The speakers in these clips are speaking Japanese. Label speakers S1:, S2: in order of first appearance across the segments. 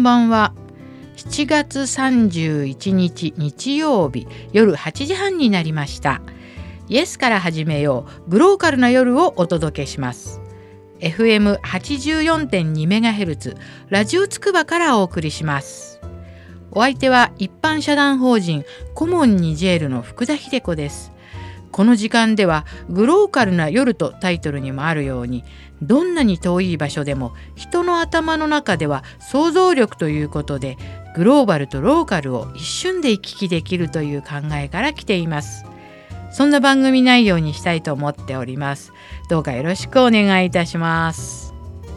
S1: んばんは。7月31日日曜日夜8時半になりました。イエスから始めようグローカルな夜をお届けします。 FM84.2MHz ラジオつくばからお送りします。お相手は一般社団法人コモンニジェールの福田秀子です。この時間ではグローカルな夜とタイトルにもあるように、どんなに遠い場所でも人の頭の中では想像力ということで、グローバルとローカルを一瞬で行き来できるという考えから来ています。そんな番組内容にしたいと思っております。どうかよろしくお願いいたします。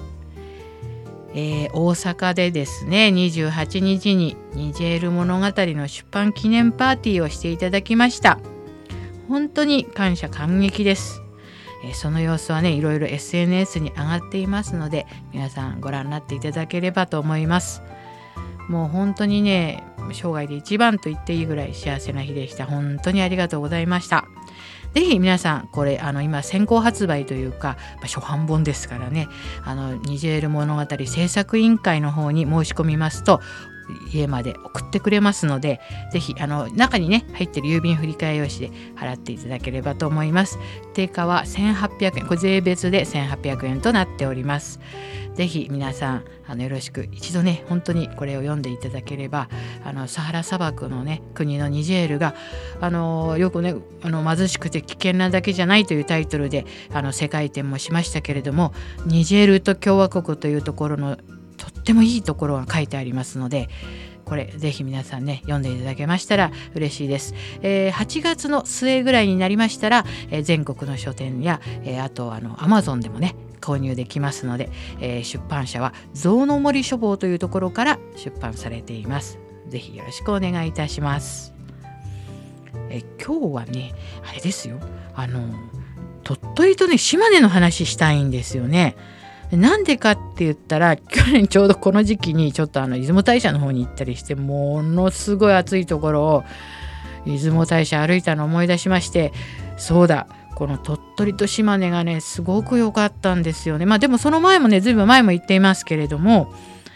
S1: 大阪でですね、28日にニジェール物語の出版記念パーティーをしていただきました。本当に感謝感激です。その様子はね、いろいろ SNS に上がっていますので、皆さんご覧になっていただければと思います。もう本当にね、生涯で一番と言っていいぐらい幸せな日でした。本当にありがとうございました。ぜひ皆さん、これ今先行発売というか、初版本ですからね、ニジェール物語制作委員会の方に申し込みますと家まで送ってくれますので、ぜひ中にね入ってる郵便振替用紙で払っていただければと思います。定価は1800円、これ税別で1800円となっております。ぜひ皆さんよろしく一度ね、本当にこれを読んでいただければ、サハラ砂漠のね国のニジェールがよくね貧しくて危険なだけじゃないというタイトルで世界展もしましたけれども、ニジェールと共和国というところのとってもいいところが書いてありますので、これぜひ皆さんね読んでいただけましたら嬉しいです。8月の末ぐらいになりましたら、全国の書店や、あとAmazon でもね購入できますので、出版社は象の森書房というところから出版されています。ぜひよろしくお願いいたします。今日はねあれですよ、鳥取とね島根の話したいんですよね。なんでかって言ったら、去年ちょうどこの時期にちょっと出雲大社の方に行ったりして、ものすごい暑いところを出雲大社歩いたのを思い出しまして、そうだ、この鳥取と島根がねすごく良かったんですよね。でもその前もねずいぶん前も行っていますけれども、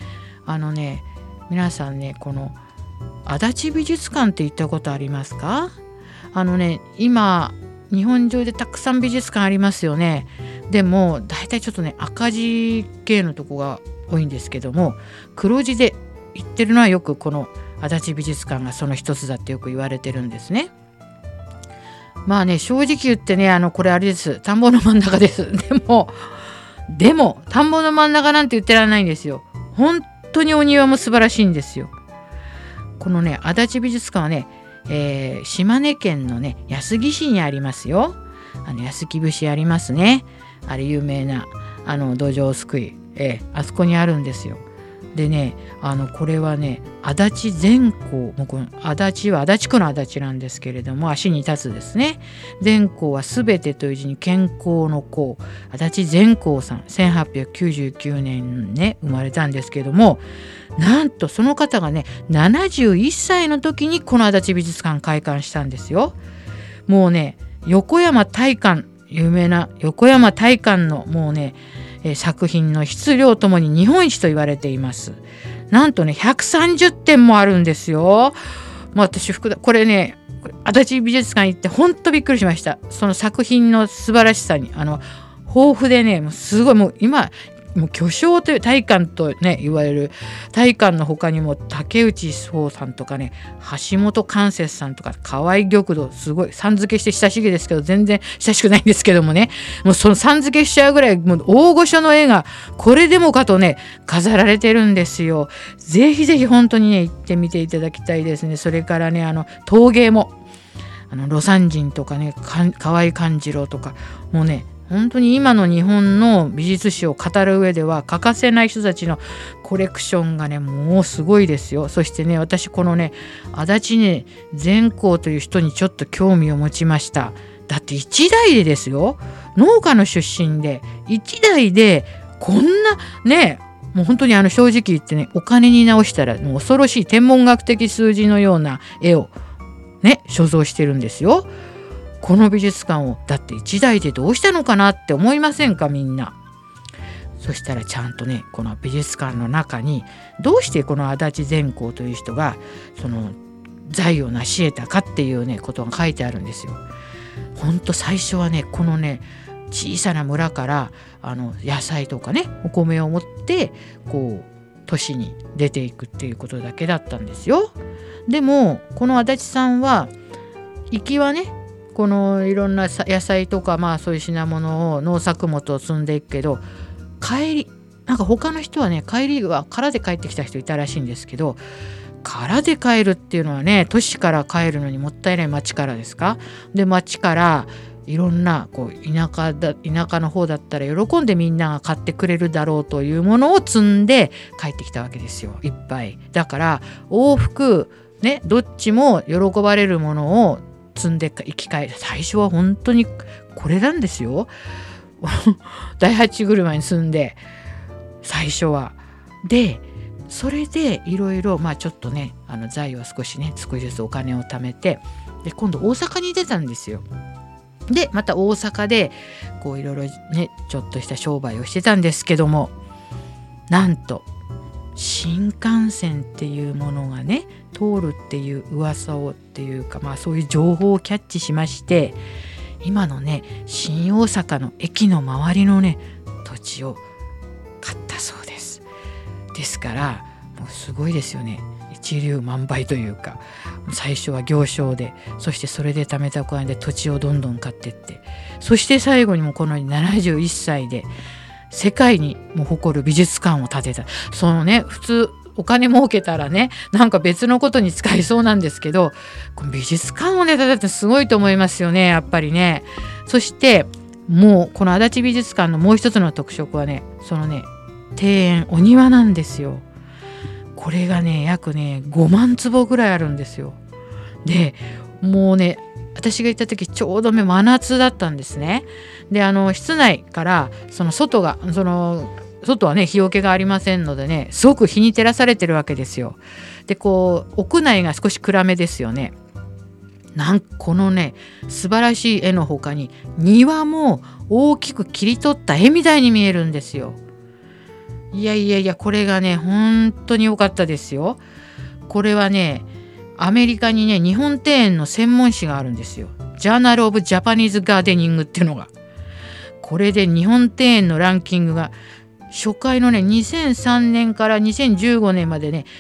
S1: 皆さんね、この足立美術館って行ったことありますか？今日本中でたくさん美術館ありますよね。でも大体ちょっとね赤字系のとこが多いんですけども、黒字で行ってるのはよくこの足立美術館がその一つだってよく言われてるんですね。正直言ってね、これあれです、田んぼの真ん中です。でも田んぼの真ん中なんて言ってられないんですよ。本当にお庭も素晴らしいんですよ。このね足立美術館はね、島根県のね安来市にありますよ。安来節ありますね。あれ有名な土壌すくい、あそこにあるんですよ。でね、これはね足立善光、足立は足立区の足立なんですけれども、足に立つですね。善光はすべてという字に健康の光、足立善光さん、1899年ね生まれたんですけども、なんとその方がね71歳の時にこの足立美術館開館したんですよ。もうね横山大観、有名な横山大観のもうね作品の質量ともに日本一と言われています。なんとね130点もあるんですよ。私これね足立美術館行って本当びっくりしました。その作品の素晴らしさに豊富でね、もうすごい、もう今もう巨匠という大観とね言われる大観の他にも竹内壮さんとかね、橋本寛節さんとか河合玉堂、すごいさん付けして親しげですけど全然親しくないんですけどもね、もうそのさん付けしちゃうぐらいもう大御所の絵がこれでもかとね飾られてるんですよ。ぜひぜひ本当にね行ってみていただきたいですね。それからね陶芸も魯山人とかね河合勘次郎とか、もうね本当に今の日本の美術史を語る上では欠かせない人たちのコレクションがねもうすごいですよ。そしてね私このね足立ね善光という人にちょっと興味を持ちました。だって一代でですよ、農家の出身で一代でこんなね、もう本当に正直言ってね、お金に直したらもう恐ろしい天文学的数字のような絵をね所蔵してるんですよ。この美術館をだって一代でどうしたのかなって思いませんかみんな。 そしたらちゃんとねこの美術館の中にどうしてこの足立善光という人がその財を成し得たかっていうねことが書いてあるんですよ。ほんと最初はねこのね小さな村から野菜とかねお米を持ってこう都市に出ていくっていうことだけだったんですよ。でもこの足立さんは行きはねこのいろんな野菜とかそういう品物を農作物を積んでいくけど、帰りなんか他の人はね帰りは空で帰ってきた人いたらしいんですけど、空で帰るっていうのはね都市から帰るのにもったいない、町からですか。で町からいろんなこう田舎の方だったら喜んでみんなが買ってくれるだろうというものを積んで帰ってきたわけですよ、いっぱい。だから往復ねどっちも喜ばれるものを積んで生き返る。最初は本当にこれなんですよ大八車に住んで最初は。でそれでいろいろちょっとね財を少しずつお金を貯めて、で今度大阪に出たんですよ。でまた大阪でこういろいろねちょっとした商売をしてたんですけども、なんと新幹線っていうものがね通るっていう噂をっていうかそういう情報をキャッチしまして、今のね新大阪の駅の周りのね土地を買ったそうです。ですからもうすごいですよね。一粒万倍というか、最初は行商で、そしてそれで貯めたお金で土地をどんどん買ってって、そして最後にもこの71歳で世界にも誇る美術館を建てた。そのね普通お金儲けたらねなんか別のことに使いそうなんですけど、この美術館をね建ててすごいと思いますよね、やっぱりね。そしてもうこの足立美術館のもう一つの特色はね、そのね庭園お庭なんですよ。これがね約ね5万坪ぐらいあるんですよ。でもうね私が行った時ちょうど真夏だったんですね。で室内からその外はね日よけがありませんのでねすごく日に照らされてるわけですよ。でこう屋内が少し暗めですよね。このね素晴らしい絵の他に庭も大きく切り取った絵みたいに見えるんですよ。いやこれがね本当に良かったですよ。これはねアメリカにね日本庭園の専門誌があるんですよ。ジャーナル・オブ・ジャパニーズ・ガーデニングっていうのが。これで日本庭園のランキングが初回のね2003年から2015年までね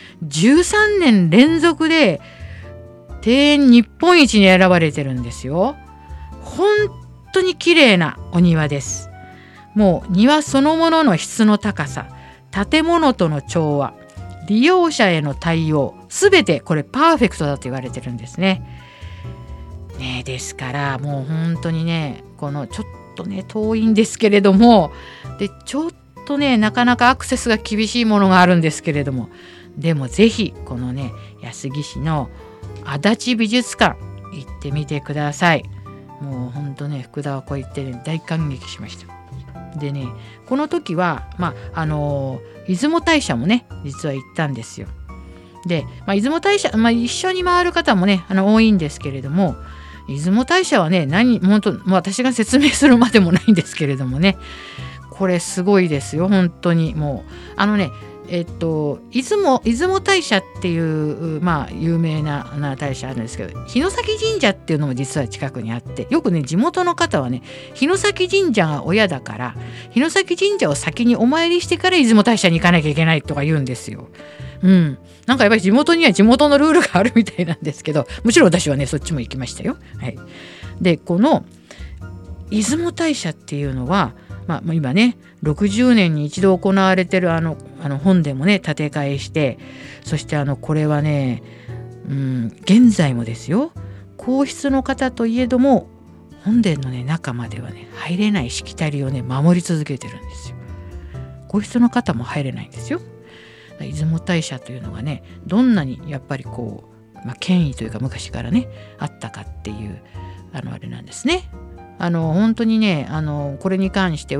S1: 13年連続で庭園日本一に選ばれてるんですよ。本当に綺麗なお庭です。もう庭そのものの質の高さ、建物との調和、利用者への対応、すべてこれパーフェクトだと言われてるんですね。ですからもう本当にねこのちょっとね遠いんですけれども、でちょっとねなかなかアクセスが厳しいものがあるんですけれども、でもぜひこのね安来市の足立美術館行ってみてください。もう本当ね福田はこう言ってね大感激しました。でねこの時は出雲大社もね実は行ったんですよ。で、出雲大社、一緒に回る方もね多いんですけれども、出雲大社はね本当、私が説明するまでもないんですけれどもね、これすごいですよ本当に。もう出雲大社っていう有名な大社あるんですけど、日崎神社っていうのも実は近くにあって、よくね地元の方はね日崎神社が親だから日崎神社を先にお参りしてから出雲大社に行かなきゃいけないとか言うんですよ。なんかやっぱり地元には地元のルールがあるみたいなんですけど、もちろん私はねそっちも行きましたよ。はい、でこの出雲大社っていうのは今ね60年に一度行われてる本殿もね建て替えして、そしてこれはね、現在もですよ皇室の方といえども本殿のね中まではね入れないしきたりをね守り続けてるんですよ。皇室の方も入れないんですよ。出雲大社というのがねどんなにやっぱりこう、権威というか昔からねあったかっていうあれなんですね。本当にねこれに関しては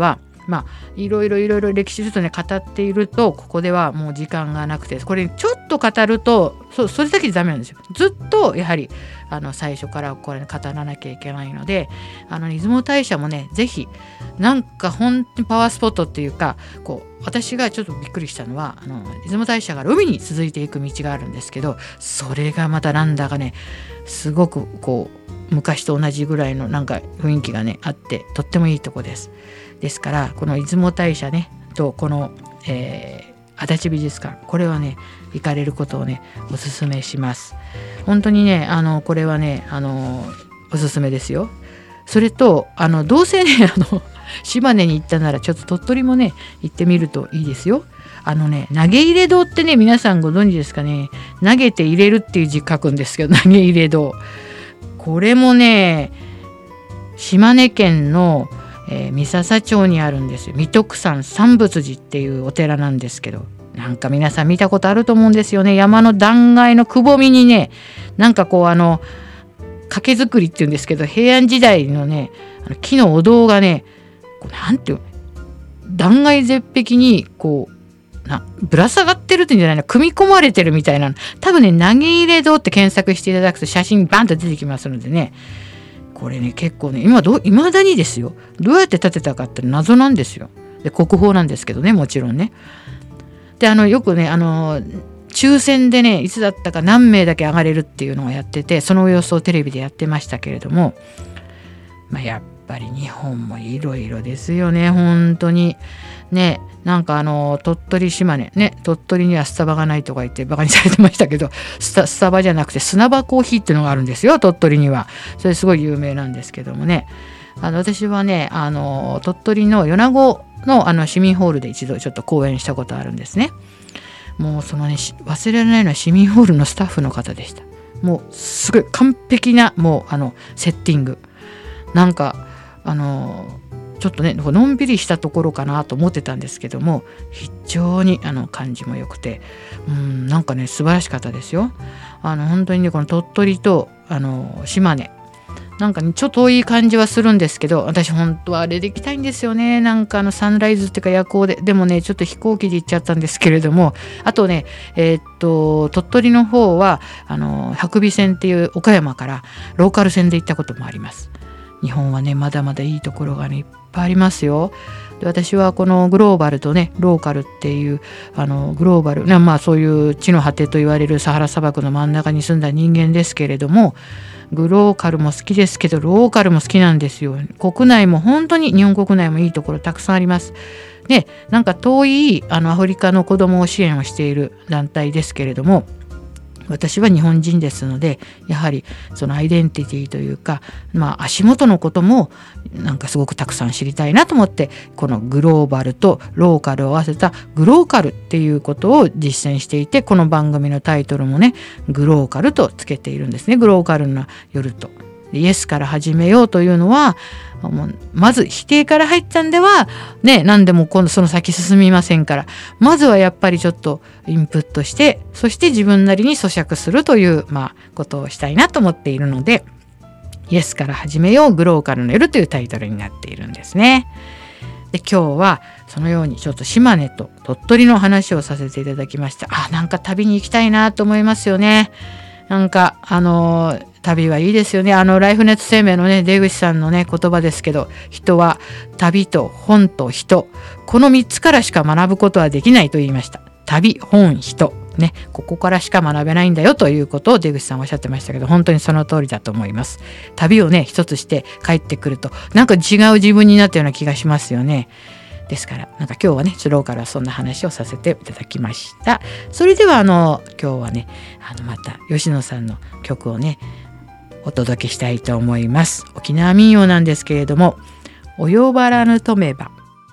S1: いろいろ歴史ちょっとね語っていると、ここではもう時間がなくて、これちょっと語るとそれだけでダメなんですよ。ずっとやはり最初からこれ語らなきゃいけないので、出雲大社もねぜひなんか本当にパワースポットっていうか、私がちょっとびっくりしたのは出雲大社から海に続いていく道があるんですけど、それがまたなんだかねすごく昔と同じぐらいのなんか雰囲気がねあって、とってもいいとこです。ですからこの出雲大社ねとこの、足立美術館、これはね行かれることをねおすすめします。本当にねこれはねおすすめですよ。それとどうせね島根に行ったならちょっと鳥取もね行ってみるといいですよ。投げ入れ堂ってね皆さんご存知ですかね。投げて入れるっていう字書くんですけど、投げ入れ堂、これもね島根県の、三笹町にあるんですよ。三徳山三仏寺っていうお寺なんですけど、なんか皆さん見たことあると思うんですよね。山の断崖のくぼみにねなんか掛作りっていうんですけど、平安時代のね木のお堂がねなんていう断崖絶壁にぶら下がってるっていうんじゃないの、組み込まれてるみたいな、多分ね投げ入れ堂って検索していただくと写真バンと出てきますのでね、これね結構ね未だにですよ、どうやって建てたかって謎なんですよ。で国宝なんですけどね、もちろんね。でよくね抽選でねいつだったか何名だけ上がれるっていうのをやってて、その様子をテレビでやってましたけれども、やっぱり日本もいろいろですよね本当にね。なんか鳥取島根ね、鳥取にはスタバがないとか言ってバカにされてましたけど、スタバじゃなくて砂場コーヒーっていうのがあるんですよ、鳥取には。それすごい有名なんですけどもね、私はね鳥取の米子の市民ホールで一度ちょっと講演したことあるんですね。もうそのね忘れられないのは市民ホールのスタッフの方でした。もうすごい完璧なもうセッティング、なんかちょっとねのんびりしたところかなと思ってたんですけども、非常に感じも良くて、なんかね素晴らしかったですよ。本当にねこの鳥取と島根なんかねちょっと遠い感じはするんですけど、私本当はあれで行きたいんですよね。なんかサンライズっていうか夜行でもねちょっと飛行機で行っちゃったんですけれども、あとね鳥取の方は白尾線っていう岡山からローカル線で行ったこともあります。日本はねまだまだいいところがねいっぱいありますよ。で私はこのグローバルとねローカルっていうグローバルそういう地の果てと言われるサハラ砂漠の真ん中に住んだ人間ですけれども、グローカルも好きですけどローカルも好きなんですよ。国内も本当に日本国内もいいところたくさんあります。でなんか遠いアフリカの子どもを支援をしている団体ですけれども、私は日本人ですのでやはりそのアイデンティティというか、足元のこともなんかすごくたくさん知りたいなと思って、このグローバルとローカルを合わせたグローカルっていうことを実践していて、この番組のタイトルもねグローカルとつけているんですね。グローカルな夜とイエスから始めようというのはまず否定から入ったんではね何でも今度その先進みませんから、まずはやっぱりちょっとインプットして、そして自分なりに咀嚼するということをしたいなと思っているので、イエスから始めようグローカルの夜というタイトルになっているんですね。で今日はそのようにちょっと島根と鳥取の話をさせていただきました。なんか旅に行きたいなと思いますよね。なんか旅はいいですよね。ライフネット生命のね出口さんのね言葉ですけど、人は旅と本と人、この3つからしか学ぶことはできないと言いました。旅、本、人ね、ここからしか学べないんだよということを出口さんおっしゃってましたけど、本当にその通りだと思います。旅をね一つして帰ってくるとなんか違う自分になったような気がしますよね。ですからなんか今日はねスローからそんな話をさせていただきました。それでは今日はねまた吉野さんの曲をねお届けしたいと思います。沖縄民謡なんですけれども、及ばらぬとめば。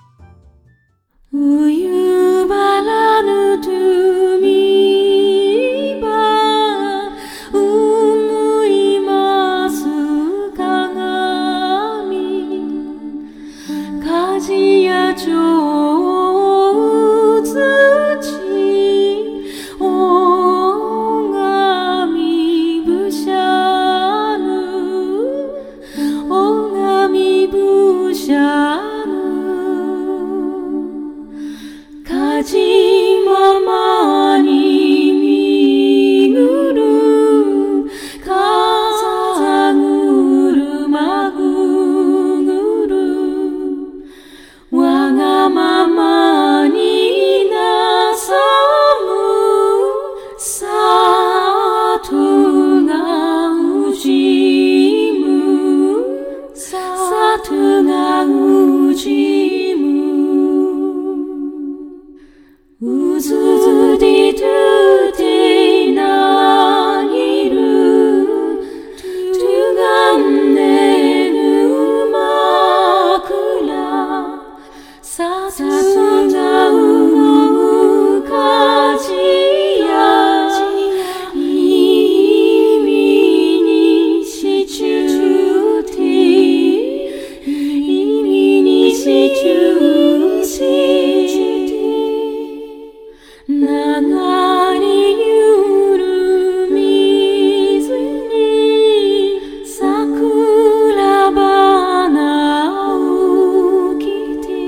S2: 及ばらぬとみば思います鏡鍛冶屋町注して流れゆる水に桜花を着て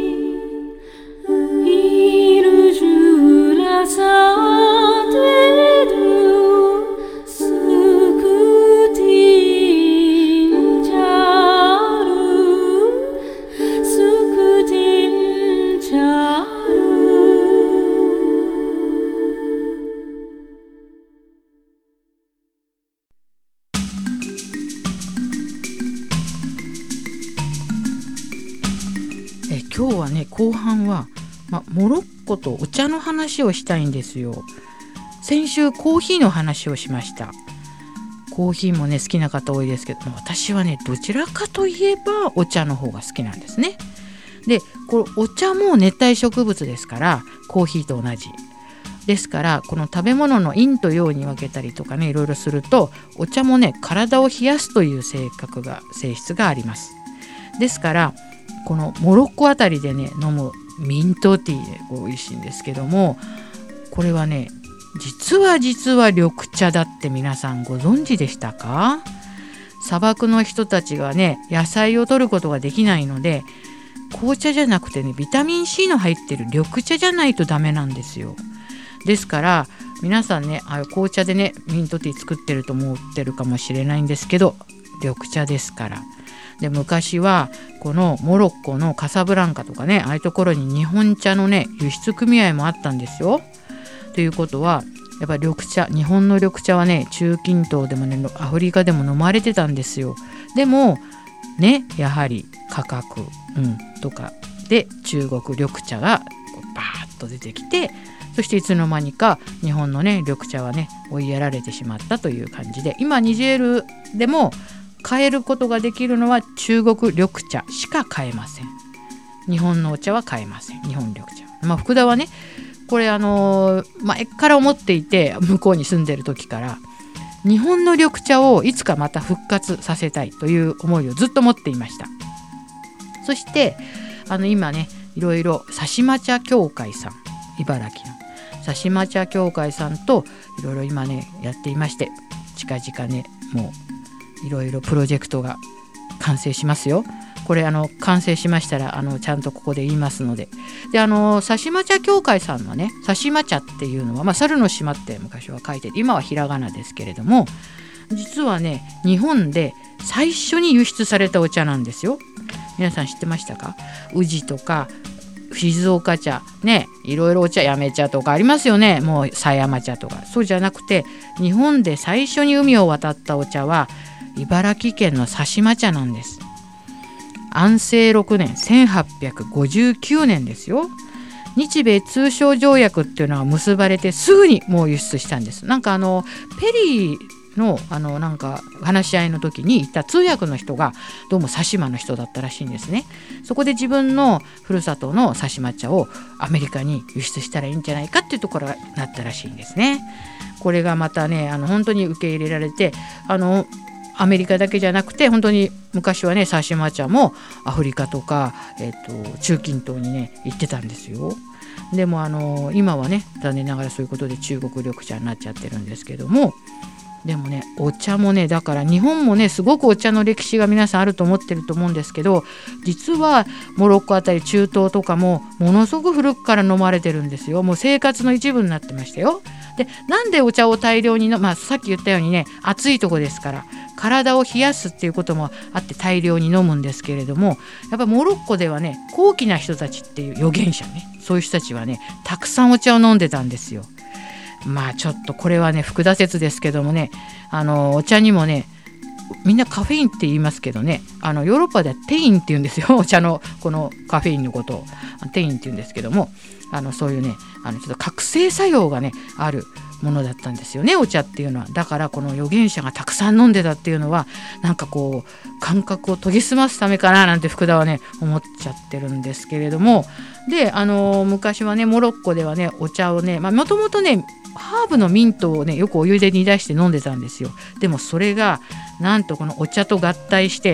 S2: いるじゅらさてるすくてんじゃるすくてんじゃる
S1: 今日はね後半は、モロッコとお茶の話をしたいんですよ。先週コーヒーの話をしました。コーヒーもね好きな方多いですけど、私はねどちらかといえばお茶の方が好きなんですね。でこれお茶も熱帯植物ですからコーヒーと同じですから、この食べ物の陰と陽に分けたりとかねいろいろするとお茶もね体を冷やすという性質があります。ですからこのモロッコあたりでね飲むミントティーで美味しいんですけども、これはね実は緑茶だって皆さんご存知でしたか？砂漠の人たちがね野菜を摂ることができないので、紅茶じゃなくてねビタミン C の入ってる緑茶じゃないとダメなんですよ。ですから皆さんね紅茶でねミントティー作ってると思ってるかもしれないんですけど、緑茶ですから。で昔はこのモロッコのカサブランカとかねああいうところに日本茶のね輸出組合もあったんですよ。ということはやっぱり緑茶、日本の緑茶はね中近東でもねアフリカでも飲まれてたんですよ。でもねやはり価格、とかで中国緑茶がバーッと出てきて、そしていつの間にか日本のね緑茶はね追いやられてしまったという感じで、今ニジェールでも買えることができるのは中国緑茶しか買えません。日本のお茶は買えません。日本緑茶。福田はねこれ前から思っていて、向こうに住んでる時から日本の緑茶をいつかまた復活させたいという思いをずっと持っていました。そして今ねいろいろ佐島茶協会さん、茨城の佐島茶協会さんといろいろ今ねやっていまして、近々ねもういろいろプロジェクトが完成しますよ。これ完成しましたらちゃんとここで言いますので。で佐島茶協会さんのね佐島茶っていうのは、猿の島って昔は書いてて今はひらがなですけれども、実はね日本で最初に輸出されたお茶なんですよ。皆さん知ってましたか？宇治とか静岡茶ね、いろいろお茶、やめ茶とかありますよね。もう狭山茶とか。そうじゃなくて日本で最初に海を渡ったお茶は茨城県の佐島茶なんです。安政6年1859年ですよ。日米通商条約っていうのが結ばれてすぐにもう輸出したんです。なんかペリーのなんか話し合いの時に行った通訳の人がどうも佐島の人だったらしいんですね。そこで自分のふるさとの佐島茶をアメリカに輸出したらいいんじゃないかっていうところがなったらしいんですね。これがまたね本当に受け入れられてアメリカだけじゃなくて本当に昔はね佐島茶もアフリカとか、中近東にね行ってたんですよ。でも今はね残念ながらそういうことで中国緑茶になっちゃってるんですけども、でもねお茶もねだから日本もねすごくお茶の歴史が皆さんあると思ってると思うんですけど、実はモロッコあたり中東とかもものすごく古くから飲まれてるんですよ。もう生活の一部になってましたよ。でなんでお茶を大量にさっき言ったようにね暑いとこですから体を冷やすっていうこともあって大量に飲むんですけれども、やっぱモロッコではね高貴な人たちっていう預言者ね、そういう人たちはねたくさんお茶を飲んでたんですよ。ちょっとこれはね複雑説ですけどもねお茶にもねみんなカフェインって言いますけどねヨーロッパではテインって言うんですよ。お茶のこのカフェインのことをテインって言うんですけども、そういうねちょっと覚醒作用がねあるものだったんですよね、お茶っていうのは。だからこの預言者がたくさん飲んでたっていうのはなんかこう感覚を研ぎ澄ますためかななんて福田はね思っちゃってるんですけれども、で昔はねモロッコではねお茶をねもともとねハーブのミントをねよくお湯で煮出して飲んでたんですよ。でもそれがなんとこのお茶と合体して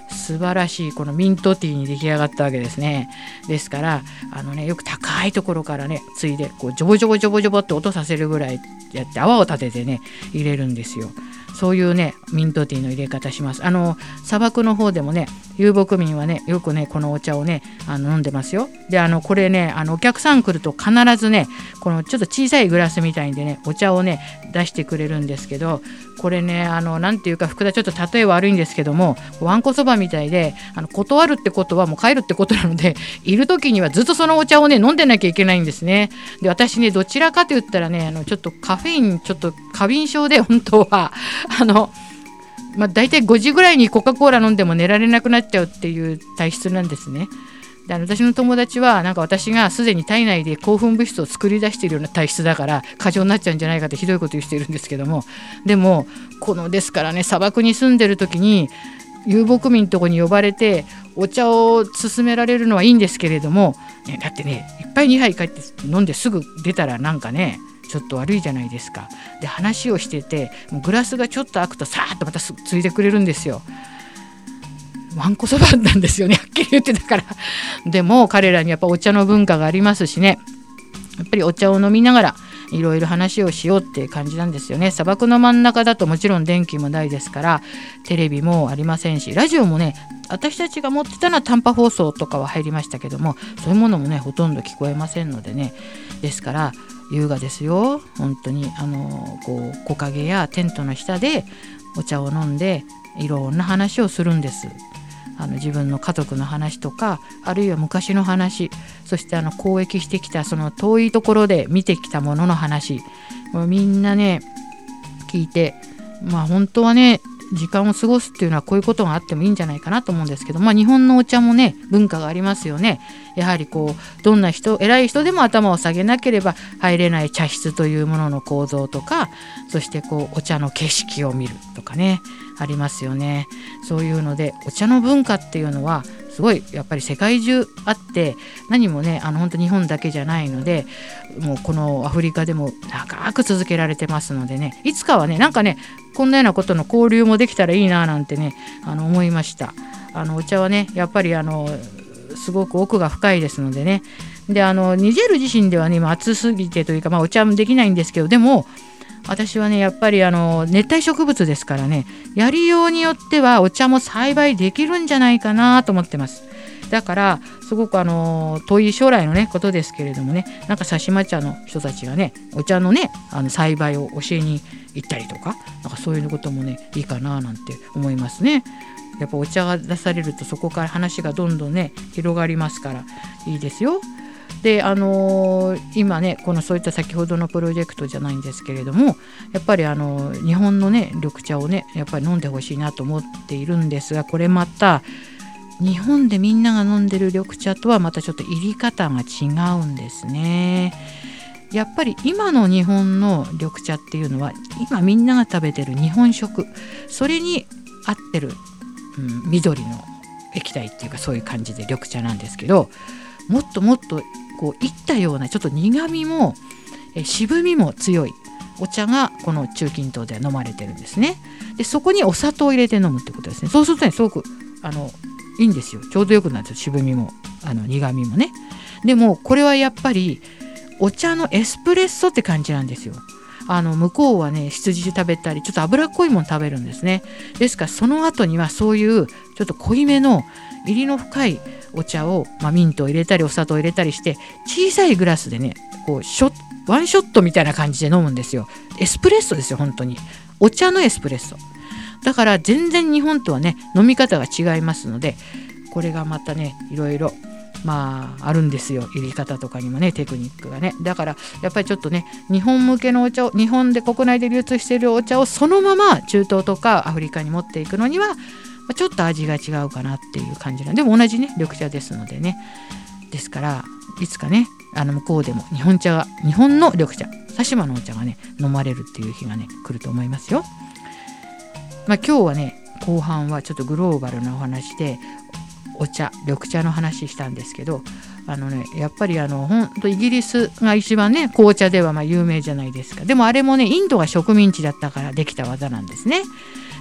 S1: 素晴らしいこのミントティーに出来上がったわけですね。ですからよく高いところからねついでこうジョボジョボジョボジョボって音させるぐらいやって泡を立ててね入れるんですよ。そういうねミントティーの入れ方します。砂漠の方でもね遊牧民はねよくねこのお茶をね飲んでますよ。でこれねお客さん来ると必ずねこのちょっと小さいグラスみたいでねお茶をね出してくれるんですけど、これねなんていうか福田ちょっと例え悪いんですけどもわんこそばみたいで断るってことはもう帰るってことなのでいる時にはずっとそのお茶をね飲んでなきゃいけないんですね。で私ねどちらかと言ったらねちょっとカフェインちょっと過敏症で本当はだいたい5時ぐらいにコカ・コーラ飲んでも寝られなくなっちゃうっていう体質なんですね。で私の友達はなんか私がすでに体内で興奮物質を作り出しているような体質だから過剰になっちゃうんじゃないかってひどいこと言っているんですけども、でもですからね砂漠に住んでる時に遊牧民のとこに呼ばれてお茶を勧められるのはいいんですけれども、だってねいっぱい2杯帰って飲んですぐ出たらなんかねちょっと悪いじゃないですか。で話をしててもうグラスがちょっと開くとさーっとまたついでくれるんですよ。わんこそばなんですよねはっきり言ってたから。でも彼らにやっぱお茶の文化がありますしね、やっぱりお茶を飲みながらいろいろ話をしようっていう感じなんですよね。砂漠の真ん中だともちろん電気もないですからテレビもありませんし、ラジオもね私たちが持ってたのは短波放送とかは入りましたけどもそういうものもねほとんど聞こえませんのでね、ですから優雅ですよ本当にこう木陰やテントの下でお茶を飲んでいろんな話をするんです。自分の家族の話とかあるいは昔の話、そして交易してきたその遠いところで見てきたものの話、もうみんなね聞いて本当はね時間を過ごすっていうのはこういうことがあってもいいんじゃないかなと思うんですけど、日本のお茶もね文化がありますよね。やはりどんな偉い人でも頭を下げなければ入れない茶室というものの構造とか、そしてお茶の景色を見るとかねありますよね。そういうのでお茶の文化っていうのはすごいやっぱり世界中あって何もね本当日本だけじゃないのでもうこのアフリカでも長く続けられてますのでね、いつかはねなんかねこんなようなことの交流もできたらいいななんてね思いました。お茶はねやっぱりすごく奥が深いですのでね。でニジェール自身ではね今暑すぎてというかお茶もできないんですけど、でも私はねやっぱり熱帯植物ですからねやりようによってはお茶も栽培できるんじゃないかなと思ってます。だからすごく遠い将来のねことですけれどもね、なんか佐島茶の人たちがねお茶のね栽培を教えに行ったりとかなんかそういうこともねいいかななんて思いますね。やっぱお茶が出されるとそこから話がどんどんね広がりますからいいですよ。で今ねそういった先ほどのプロジェクトじゃないんですけれどもやっぱり日本のね緑茶をねやっぱり飲んでほしいなと思っているんですが、これまた日本でみんなが飲んでる緑茶とはまたちょっと入り方が違うんですね。やっぱり今の日本の緑茶っていうのは今みんなが食べてる日本食それに合ってる、緑の液体っていうかそういう感じで緑茶なんですけど、もっともっといったようなちょっと苦みも渋みも強いお茶がこの中近東では飲まれてるんですね。でそこにお砂糖を入れて飲むってことですね。そうするとねすごくいいんですよ。ちょうどよくなるんですよ。渋みも苦みもね。でもこれはやっぱりお茶のエスプレッソって感じなんですよ。向こうはね羊食べたりちょっと脂っこいもの食べるんですね。ですからその後にはそういうちょっと濃いめの入りの深いお茶を、ミントを入れたりお砂糖を入れたりして小さいグラスでねワンショットみたいな感じで飲むんですよ。エスプレッソですよ本当に。お茶のエスプレッソだから全然日本とはね飲み方が違いますので、これがまたねいろいろあるんですよ。入れ方とかにもねテクニックがね。だからやっぱりちょっとね日本向けのお茶を日本で国内で流通しているお茶をそのまま中東とかアフリカに持っていくのにはちょっと味が違うかなっていう感じなんでも同じね緑茶ですのでね。ですからいつかね向こうでも日本の緑茶佐島のお茶がね飲まれるっていう日がね来ると思いますよ。今日はね後半はちょっとグローバルなお話で緑茶の話したんですけどやっぱり本当イギリスが一番ね紅茶では有名じゃないですか。でもあれもねインドが植民地だったからできた技なんですね。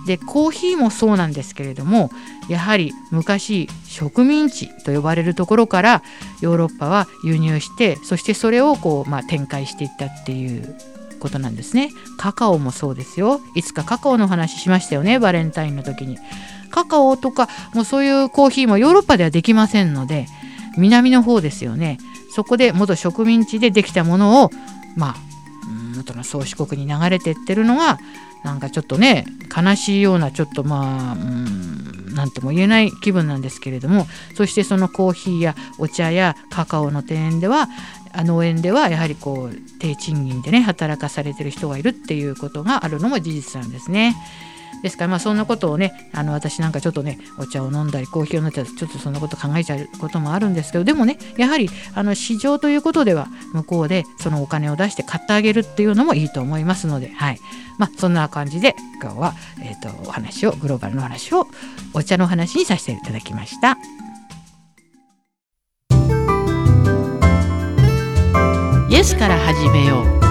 S1: でコーヒーもそうなんですけれども、やはり昔植民地と呼ばれるところからヨーロッパは輸入して、そしてそれを展開していったっていうことなんですね。カカオもそうですよ。いつかカカオの話しましたよね、バレンタインの時に。カカオとかもうそういうコーヒーもヨーロッパではできませんので、南の方ですよね。そこで元植民地でできたものを元の宗主国に流れてってるのがなんかちょっとね悲しいような、ちょっとなんとも言えない気分なんですけれども、そしてそのコーヒーやお茶やカカオの農園ではやはり低賃金でね働かされてる人がいるっていうことがあるのも事実なんですね。ですからそんなことをね私なんかちょっとねお茶を飲んだりコーヒーを飲んだりちょっとそんなこと考えちゃうこともあるんですけど、でもねやはり市場ということでは向こうでそのお金を出して買ってあげるっていうのもいいと思いますので、そんな感じで今日は、お話をグローバルの話をお茶の話にさせていただきました。イエスから始めよう。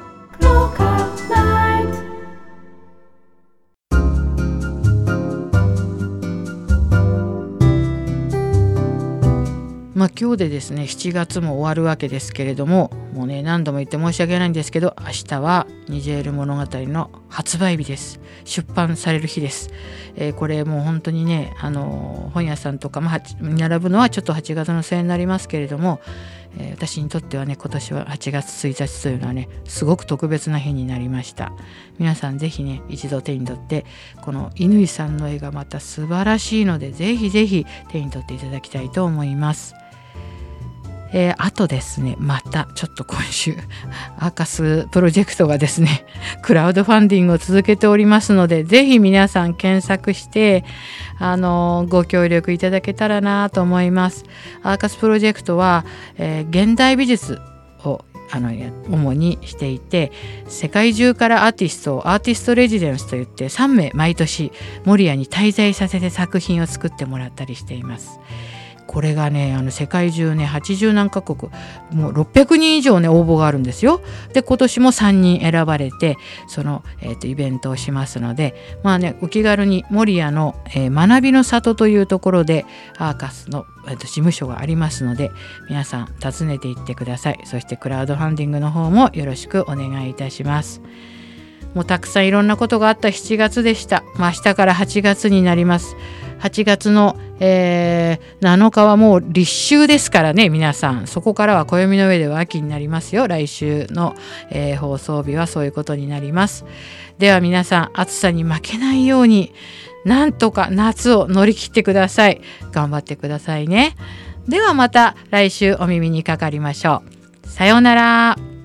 S1: 今日でですね7月も終わるわけですけれども、もうね何度も言って申し訳ないんですけど、明日はニジェール物語の発売日です。出版される日です。これもう本当にね本屋さんとか並ぶのはちょっと8月の末になりますけれども、私にとってはね今年は8月1日というのはねすごく特別な日になりました。皆さんぜひね一度手に取って、この乾さんの絵がまた素晴らしいのでぜひぜひ手に取っていただきたいと思います。あとですね、またちょっと今週アーカスプロジェクトがですねクラウドファンディングを続けておりますので、ぜひ皆さん検索してご協力いただけたらなと思います。アーカスプロジェクトは、現代美術を主にしていて、世界中からアーティストレジデンスといって3名毎年守谷に滞在させて作品を作ってもらったりしています。これがね世界中ね80何カ国、もう600人以上ね応募があるんですよ。で今年も3人選ばれてその、イベントをしますので、お気軽に守谷の、学びの里というところでアーカスの、事務所がありますので、皆さん訪ねていってください。そしてクラウドファンディングの方もよろしくお願いいたします。もうたくさんいろんなことがあった7月でした。明日から8月になります。8月の、7日はもう立秋ですからね、皆さんそこからは暦の上では秋になりますよ。来週の、放送日はそういうことになります。では皆さん暑さに負けないようになんとか夏を乗り切ってください。頑張ってくださいね。ではまた来週お耳にかかりましょう。さようなら。